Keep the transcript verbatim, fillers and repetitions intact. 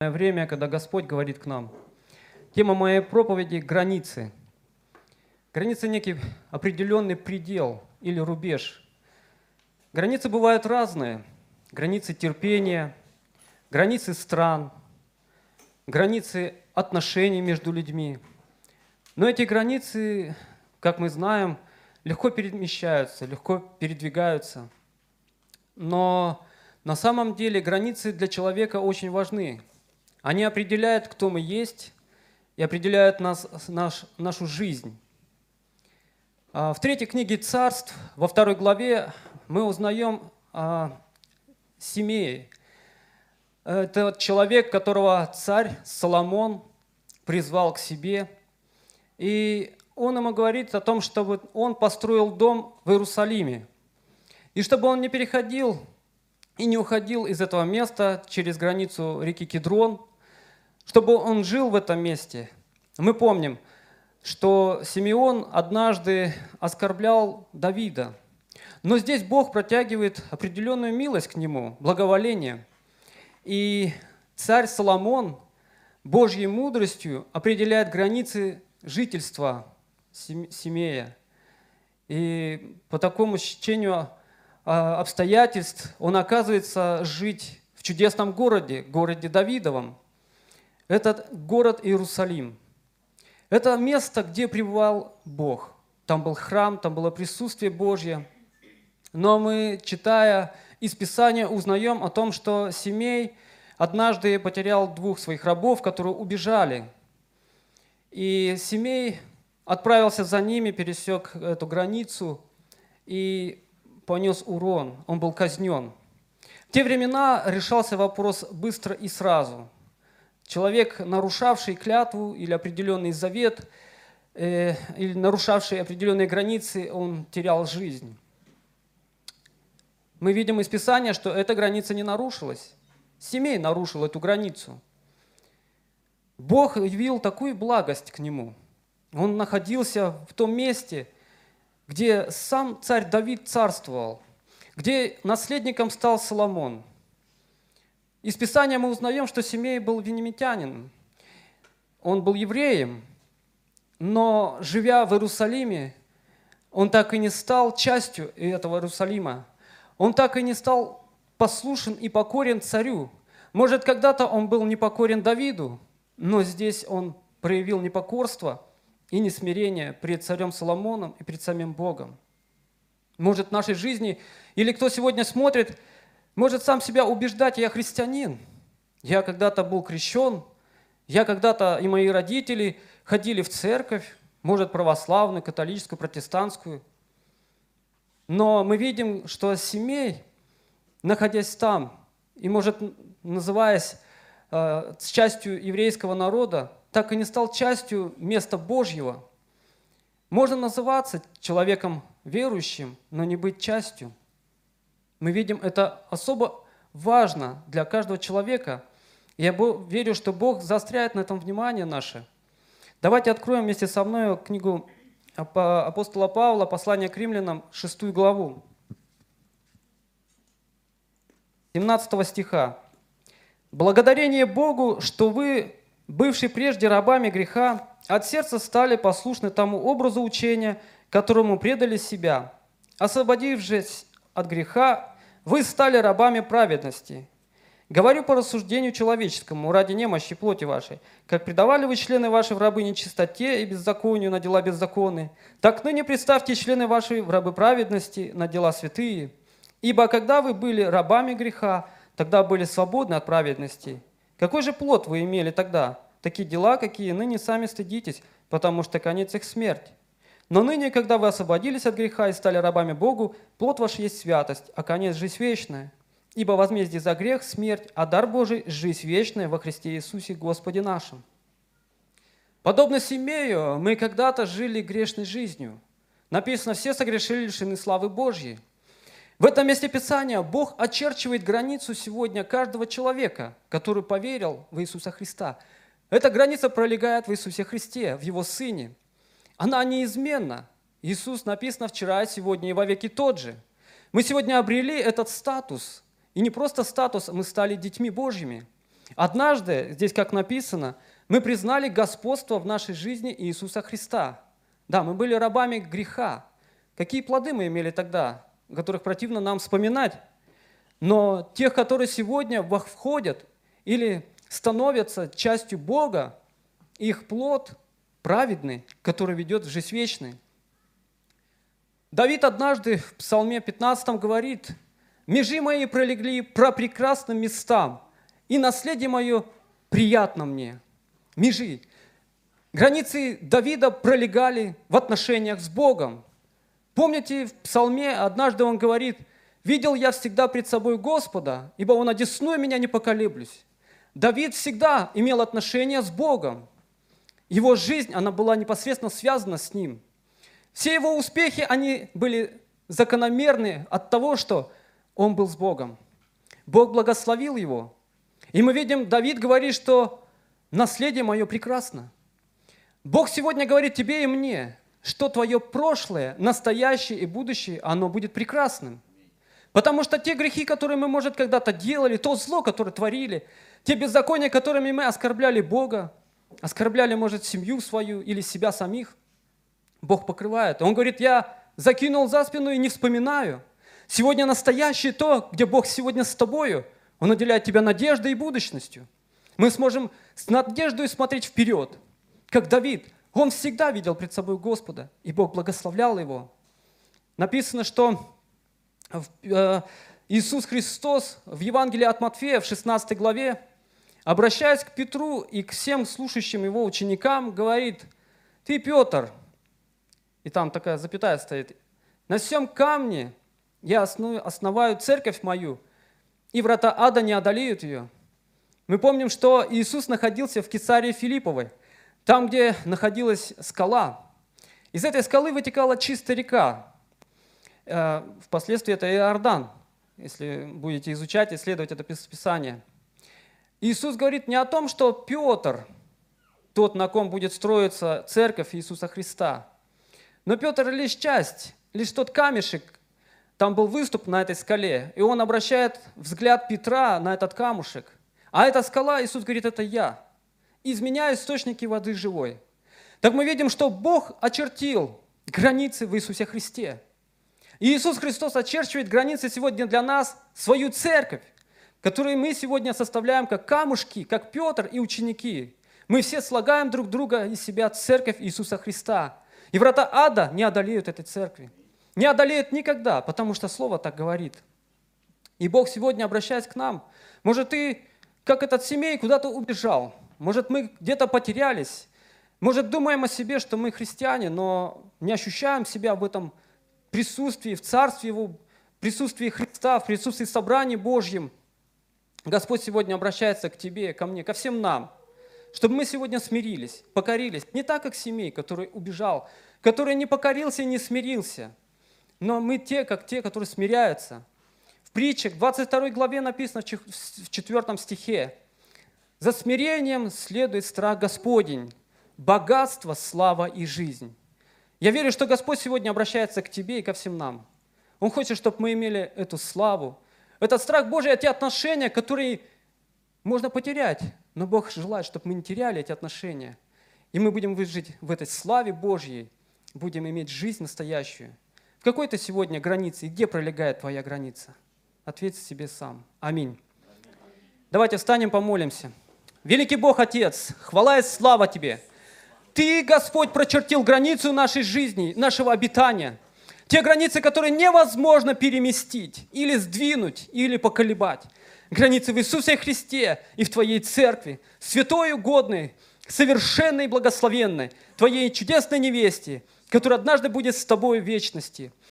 Время, когда Господь говорит к нам. Тема моей проповеди – границы. Границы – некий определенный предел или рубеж. Границы бывают разные. Границы терпения, границы стран, границы отношений между людьми. Но эти границы, как мы знаем, легко перемещаются, легко передвигаются. Но на самом деле границы для человека очень важны. Они определяют, кто мы есть, и определяют нас, наш, нашу жизнь. В третьей книге Царств, во второй главе, мы узнаем о Семее. Это человек, которого царь Соломон призвал к себе. И он ему говорит о том, чтобы он построил дом в Иерусалиме. И чтобы он не переходил и не уходил из этого места через границу реки Кедрон, чтобы он жил в этом месте. Мы помним, что Симеон однажды оскорблял Давида. Но здесь Бог протягивает определенную милость к нему, благоволение. И царь Соломон Божьей мудростью определяет границы жительства Семея. И по такому стечению обстоятельств он оказывается жить в чудесном городе, городе Давидовом. Этот город Иерусалим. Это место, где пребывал Бог. Там был храм, там было присутствие Божье. Но мы, читая из Писания, узнаем о том, что Семей однажды потерял двух своих рабов, которые убежали. И Семей отправился за ними, пересек эту границу и понес урон. Он был казнен. В те времена решался вопрос быстро и сразу. Человек, нарушавший клятву или определенный завет, э, или нарушавший определенные границы, он терял жизнь. Мы видим из Писания, что эта граница не нарушилась. Семей нарушил эту границу. Бог явил такую благость к нему. Он находился в том месте, где сам царь Давид царствовал, где наследником стал Соломон. Из Писания мы узнаем, что Семей был венемитянином. Он был евреем, но, живя в Иерусалиме, он так и не стал частью этого Иерусалима. Он так и не стал послушен и покорен царю. Может, когда-то он был непокорен Давиду, но здесь он проявил непокорство и несмирение перед царем Соломоном и перед самим Богом. Может, в нашей жизни, или кто сегодня смотрит, может сам себя убеждать: я христианин, я когда-то был крещен, я когда-то и мои родители ходили в церковь, может, православную, католическую, протестантскую. Но мы видим, что Семей, находясь там, и, может, называясь э, частью еврейского народа, так и не стал частью места Божьего. Можно называться человеком верующим, но не быть частью. Мы видим, это особо важно для каждого человека. Я верю, что Бог заостряет на этом внимание наше. Давайте откроем вместе со мной книгу апостола Павла, послание к римлянам, шестую главу, семнадцатого стиха. «Благодарение Богу, что вы, бывшие прежде рабами греха, от сердца стали послушны тому образу учения, которому предали себя, освободившись от греха, вы стали рабами праведности. Говорю по рассуждению человеческому, ради немощи плоти вашей. Как предавали вы члены ваши в рабы нечистоте и беззаконию на дела беззаконные, так ныне представьте члены ваши в рабы праведности на дела святые. Ибо когда вы были рабами греха, тогда были свободны от праведности. Какой же плод вы имели тогда? Такие дела, какие ныне сами стыдитесь, потому что конец их смерть. Но ныне, когда вы освободились от греха и стали рабами Богу, плод ваш есть святость, а конец – жизнь вечная. Ибо возмездие за грех – смерть, а дар Божий – жизнь вечная во Христе Иисусе Господе нашим». Подобно Семею, мы когда-то жили грешной жизнью. Написано: «Все согрешили, лишены славы Божьей». В этом месте Писания Бог очерчивает границу сегодня каждого человека, который поверил в Иисуса Христа. Эта граница пролегает в Иисусе Христе, в Его Сыне. Она неизменна. Иисус написано вчера, сегодня и вовеки тот же. Мы сегодня обрели этот статус. И не просто статус, мы стали детьми Божьими. Однажды, здесь как написано, мы признали господство в нашей жизни Иисуса Христа. Да, мы были рабами греха. Какие плоды мы имели тогда, о которых противно нам вспоминать? Но тех, которые сегодня входят или становятся частью Бога, их плод праведный, который ведет в жизнь вечную. Давид однажды в Псалме пятнадцатом говорит: «Межи мои пролегли по прекрасным местам, и наследие мое приятно мне». Межи. Границы Давида пролегали в отношениях с Богом. Помните, в Псалме однажды он говорит: «Видел я всегда пред собой Господа, ибо Он одесную меня не поколеблюсь». Давид всегда имел отношения с Богом. Его жизнь, она была непосредственно связана с Ним. Все его успехи, они были закономерны от того, что он был с Богом. Бог благословил его. И мы видим, Давид говорит, что наследие мое прекрасно. Бог сегодня говорит тебе и мне, что твое прошлое, настоящее и будущее, оно будет прекрасным. Потому что те грехи, которые мы, может, когда-то делали, то зло, которое творили, те беззакония, которыми мы оскорбляли Бога, оскорбляли, может, семью свою или себя самих, Бог покрывает. Он говорит: я закинул за спину и не вспоминаю. Сегодня настоящее то, где Бог сегодня с тобою. Он наделяет тебя надеждой и будущностью. Мы сможем с надеждой смотреть вперед. Как Давид, он всегда видел пред собой Господа, и Бог благословлял его. Написано, что Иисус Христос в Евангелии от Матфея в шестнадцатой главе, обращаясь к Петру и к всем слушающим его ученикам, говорит: «Ты, Петр», и там такая запятая стоит, «на сем камне я основаю церковь мою, и врата ада не одолеют ее». Мы помним, что Иисус находился в Кесарии Филипповой, там, где находилась скала. Из этой скалы вытекала чистая река. Впоследствии это Иордан, если будете изучать, исследовать это Писание. Иисус говорит не о том, что Петр, тот, на ком будет строиться церковь Иисуса Христа, но Петр лишь часть, лишь тот камешек, там был выступ на этой скале, и он обращает взгляд Петра на этот камушек. А эта скала, Иисус говорит, это я. Из меня источники воды живой. Так мы видим, что Бог очертил границы в Иисусе Христе. И Иисус Христос очерчивает границы сегодня для нас, свою церковь, которую мы сегодня составляем как камушки, как Петр и ученики. Мы все слагаем друг друга из себя церковь Иисуса Христа. И врата ада не одолеют этой церкви. Не одолеют никогда, потому что Слово так говорит. И Бог сегодня, обращаясь к нам, может, ты, как этот Семей, куда-то убежал. Может, мы где-то потерялись. Может, думаем о себе, что мы христиане, но не ощущаем себя в этом присутствии, в Царстве Его, присутствии Христа, в присутствии собрания Божьем. Господь сегодня обращается к тебе, ко мне, ко всем нам, чтобы мы сегодня смирились, покорились. Не так, как Семей, который убежал, который не покорился и не смирился, но мы те, как те, которые смиряются. В притчах, в двадцать второй главе написано в четвёртом стихе: «За смирением следует страх Господень, богатство, слава и жизнь». Я верю, что Господь сегодня обращается к тебе и ко всем нам. Он хочет, чтобы мы имели эту славу, этот страх Божий, эти отношения, которые можно потерять, но Бог желает, чтобы мы не теряли эти отношения. И мы будем жить в этой славе Божьей, будем иметь жизнь настоящую. В какой ты сегодня границе и где пролегает твоя граница? Ответь себе сам. Аминь. Давайте встанем, помолимся. Великий Бог, Отец, хвала и слава Тебе. Ты, Господь, прочертил границу нашей жизни, нашего обитания. Те границы, которые невозможно переместить, или сдвинуть, или поколебать. Границы в Иисусе Христе и в Твоей Церкви, святой, угодной, совершенной и благословенной, Твоей чудесной невесте, которая однажды будет с Тобой в вечности.